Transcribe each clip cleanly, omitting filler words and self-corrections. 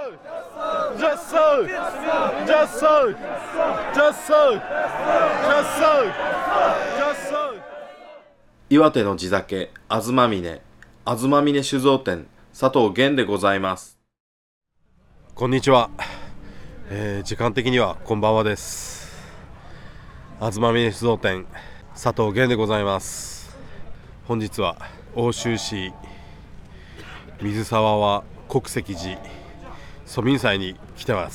Just so, just so, just so, just so, just so。岩手の地酒、あずまみね酒造店、佐藤源でございます。 こんにちは、時間的にはこんばんはです。あずまみね酒造店、佐藤源でございます。本日は奥州市水沢は国石寺蘇民祭に来てます。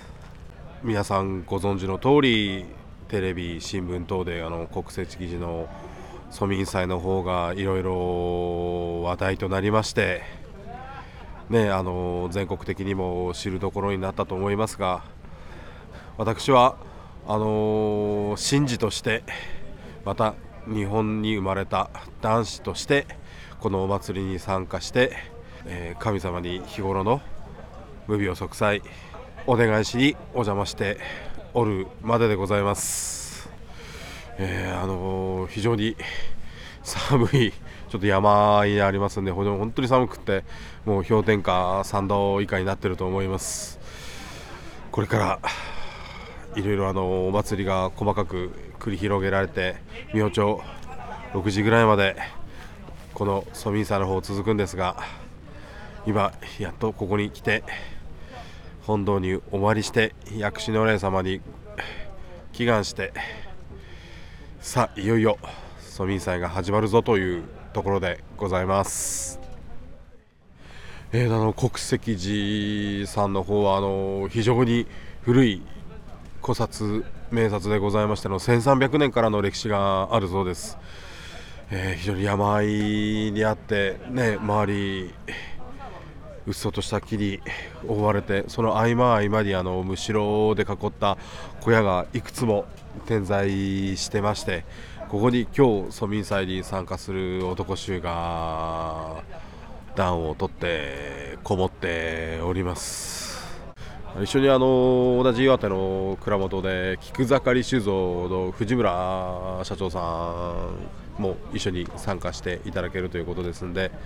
皆さんご存知の通り、テレビ新聞等で国石寺の蘇民祭の方がいろいろ話題となりましてね、全国的にも知るところになったと思いますが、私は神事としてまた日本に生まれた男子としてこのお祭りに参加して、神様に日頃の無病息災お願いしにお邪魔しておるまででございます。非常に寒いちょっと山にありますんで、本当に寒くってもう氷点下3度以下になってると思います。これからいろいろお祭りが細かく繰り広げられて、明朝6時ぐらいまでこの蘇民祭の方続くんですが、今やっとここに来て本堂にお参りして薬師如来様に祈願して、さあいよいよ蘇民祭が始まるぞというところでございます。国石寺さんの方は非常に古い古刹名刹でございまして1300年からの歴史があるそうです。非常に山あいにあってね、周りうっそうとした木に覆われて、その合間合間にむしろで囲った小屋がいくつも点在してまして、ここに今日蘇民祭に参加する男衆が暖を取ってこもっております。一緒に同じ岩手の蔵元で菊盛り酒造の藤村社長さんも一緒に参加していただけるということですので、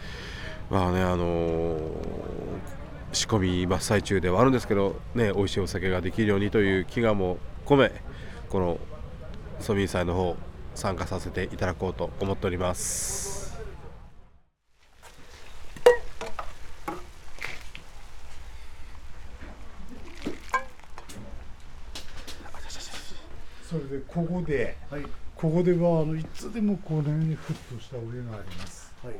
仕込み真っ最中ではあるんですけどね、美味しいお酒ができるようにという祈願も込め、この蘇民祭の方参加させていただこうと思っております。 それでここではいつでもこのように沸騰したお湯があります。はい、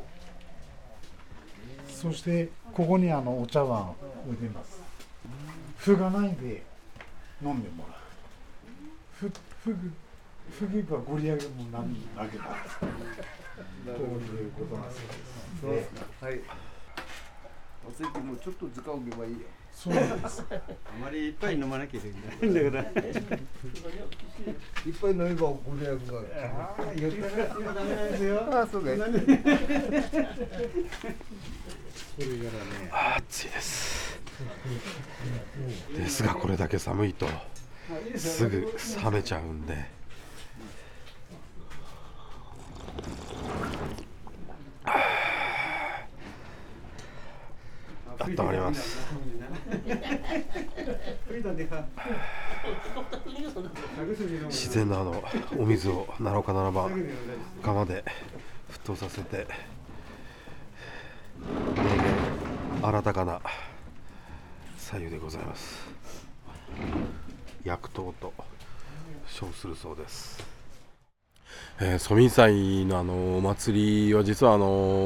そしてここにお茶碗を置いてます。ふがないで飲んでもらう。ふぎばご利益もなんだけだということなんです。 そうですか。はい。おついてもちょっとずかおけばいいよ。 そうなんです。 あまりいっぱい飲まなきゃいけないんだから。 いっぱい飲めばご利益が。 言ったらダメなんですよ。 あ、そうかい。 暑いですですが、これだけ寒いとすぐ冷めちゃうんで、温まります。自然なお水を7日7番釜で沸騰させて、新たかな白湯でございます。薬湯と称するそうです。蘇民祭のお祭りは実は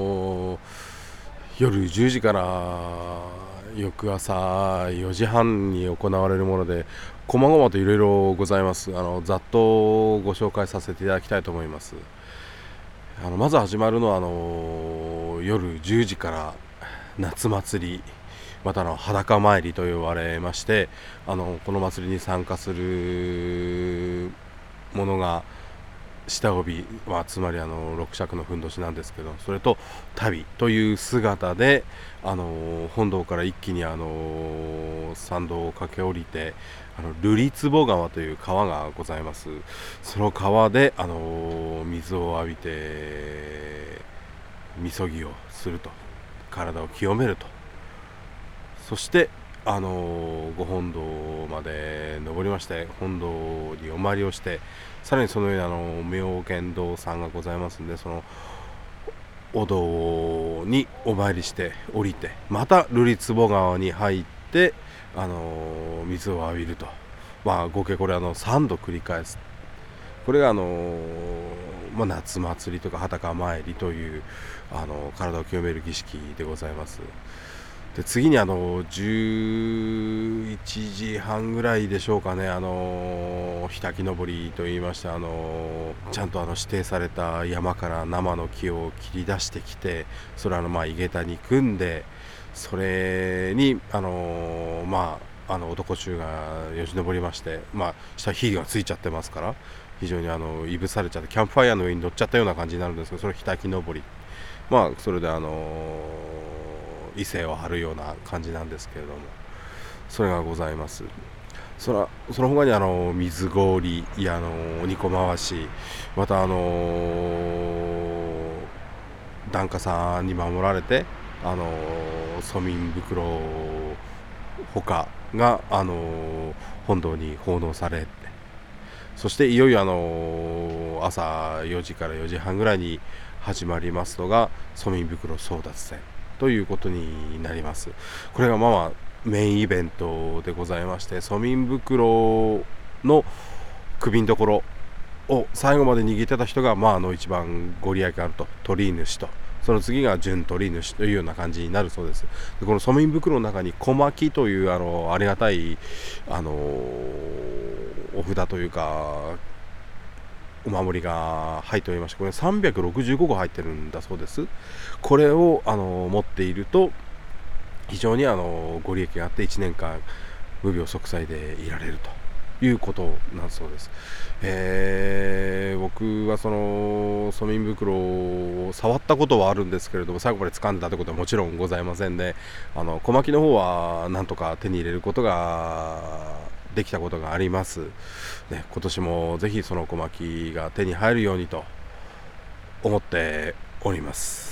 夜10時から翌朝4時半に行われるもので、細々といろいろございます。ざっとご紹介させていただきたいと思います。まず始まるのは夜10時から夏祭り、また裸参りと呼ばれまして、この祭りに参加するものが下帯、つまり六尺のふんどしなんですけど、それと足袋という姿で本堂から一気に参道を駆け下りて、瑠璃壺川という川がございます。その川で水を浴びてみそぎをすると、体を清めると、そしてご本堂まで登りまして、本堂にお参りをして、さらにその上に妙見堂さんがございますんで、そのお堂にお参りして降りて、また瑠璃壺川に入って、水を浴びると、合計これ3度繰り返す。これが夏祭りとか裸参りという体を清める儀式でございます。で次に11時半ぐらいでしょうかね、火焚き登りといいまして、ちゃんと指定された山から生の木を切り出してきて、それ井桁に組んで、それに男衆がよじ登りまして、下火がついちゃってますから、非常にいぶされちゃって、キャンプファイヤーの上に乗っちゃったような感じになるんですけど、それを火焚き登り、それで威勢を張るような感じなんですけれども、それがございます。その他に水氷や鬼子回し、また檀家さんに守られて蘇民袋ほかが本堂に奉納されて、そしていよいよ朝4時から4時半ぐらいに始まりますのが蘇民袋争奪戦ということになります。これがメインイベントでございまして、蘇民袋の首のところを最後まで握ってた人が一番ご利益あると、取り主と、その次が準取り主というような感じになるそうです。でこの蘇民袋の中に小巻というありがたいお札というかお守りが入っておりまして、これ365個入ってるんだそうです。これを持っていると非常にご利益があって、1年間無病息災でいられるということなんそうです。僕はその蘇民袋を触ったことはあるんですけれども、最後まで掴んでたということはもちろんございませんで、小巻の方はなんとか手に入れることができたことがあります、ね。今年もぜひその小巻が手に入るようにと思っております。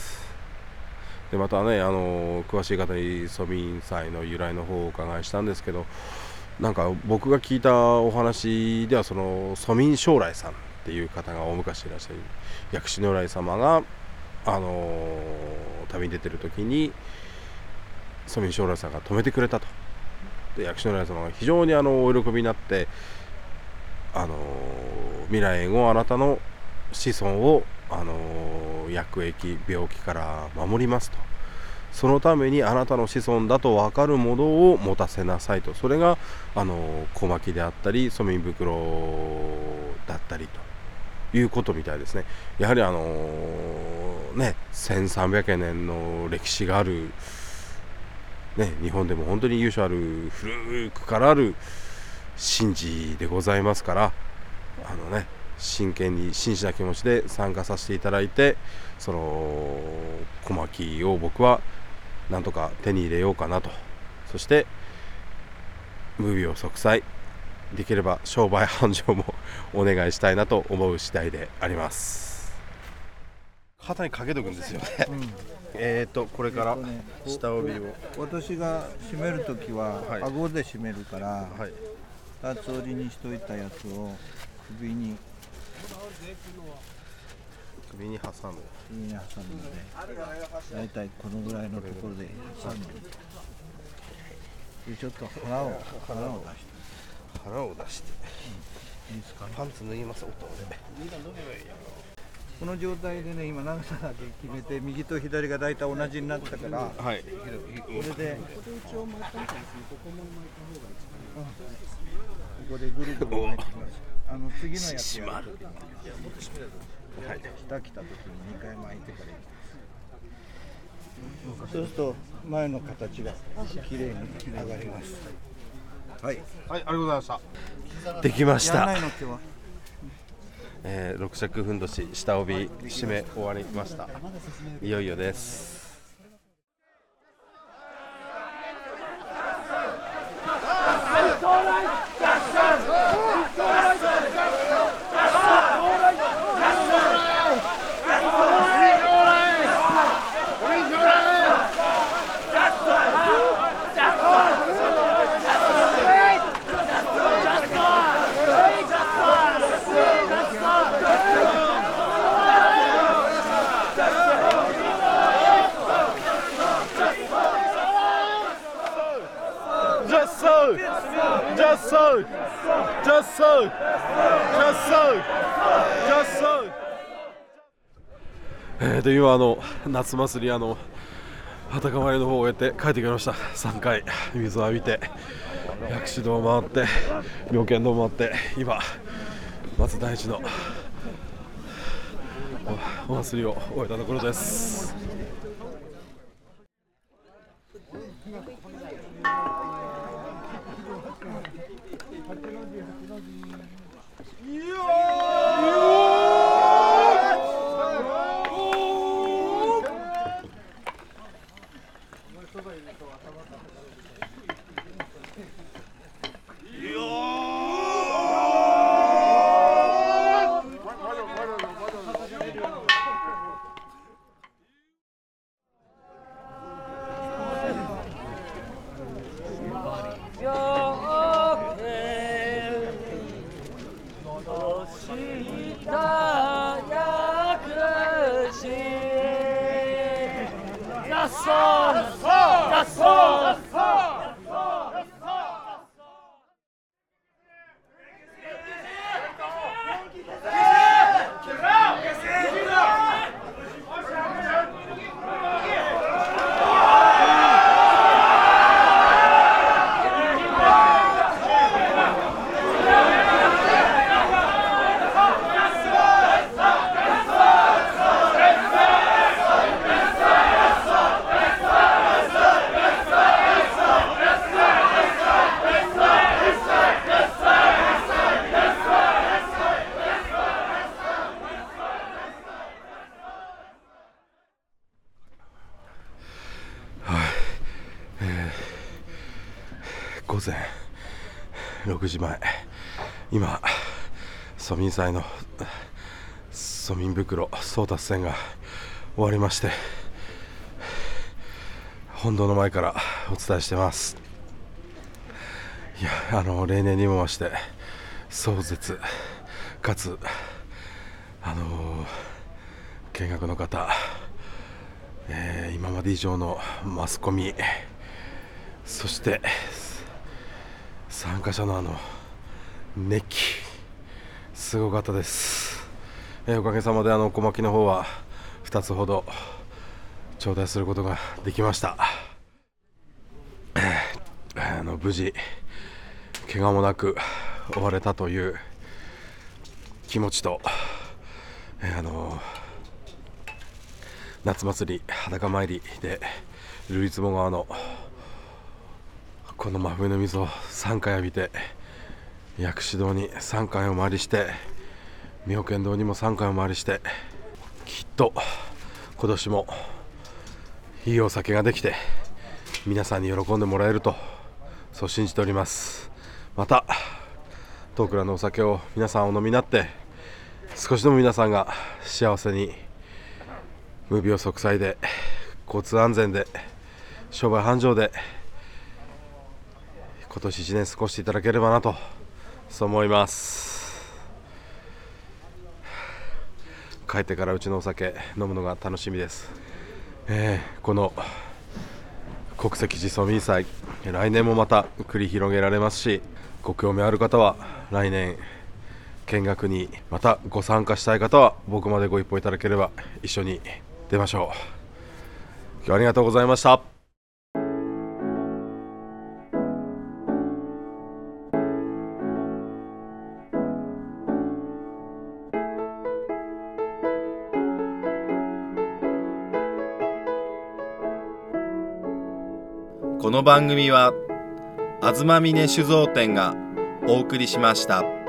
でまたね、詳しい方に蘇民祭の由来の方をお伺いしたんですけど、なんか僕が聞いたお話では、その蘇民将来さんっていう方が大昔いらっしゃる薬師如来様が旅に出てる時に蘇民将来さんが止めてくれたと。で薬師如来様が非常にお喜びになって、未来後あなたの子孫を薬疫病気から守りますと、そのためにあなたの子孫だと分かるものを持たせなさいと、それが小巻であったり蘇民袋だったりということみたいですね。やはり1300年の歴史がある、日本でも本当に由緒ある古くからある神事でございますから、真剣に真摯な気持ちで参加させていただいて、その小巻を僕はなんとか手に入れようかなと。そして無病息災、できれば商売繁盛もお願いしたいなと思う次第であります。肩にかけとくんですよね、これから下帯を、 私が締めるときは、 はい顎で締めるから、 はい、 二つ折りにしといたやつを首に挟む、 ので、だいたいこのぐらいのところで挟んで、でちょっと腹を出して、いいですか。 パンツ脱ぎます、音で。 この状態でね、今長さだけ決めて、右と左がだいたい同じになったから、 はい、 これでここでぐるぐる巻いてきます。次のやつやるときに、 はい、 下来たときに2回巻いてからそうすると前の形がきれいに上がります。はい、 はい、ありがとうございました。できましやらた。 ないの今日は六尺ふんどし下帯締め終わりました。いよいよです。 Just so! Just so! Just so! Just so! Just so! で今夏祭り裸参りの方を終えて帰ってきました。3回水を浴びて薬師堂を回って妙見堂を回って今まず第一のお祭りを終えたところです。午前6時前、今蘇民祭の蘇民袋争奪戦が終わりまして、本堂の前からお伝えしてます。いや、例年にも増して壮絶かつ見学の方、今まで以上のマスコミ、そして参加者の熱気、すごかったです。おかげさまで小牧の方は2つほど頂戴することができました。無事怪我もなく終われたという気持ちと、夏祭り裸参りで瑠璃坪川のこの真冬の水を3回浴びて、薬師堂に3回お参りして、妙見堂にも3回お参りして、きっと今年もいいお酒ができて皆さんに喜んでもらえると、そう信じております。また東倉のお酒を皆さんお飲みになって、少しでも皆さんが幸せに無病息災で交通安全で商売繁盛で今年1年過ごしていただければなと、そう思います。帰ってからうちのお酒飲むのが楽しみです。この国籍寺蘇民祭、来年もまた繰り広げられますし、ご興味ある方は来年見学にまたご参加したい方は僕までご一報いただければ一緒に出ましょう。今日はありがとうございました。 この番組は東峰酒造店がお送りしました。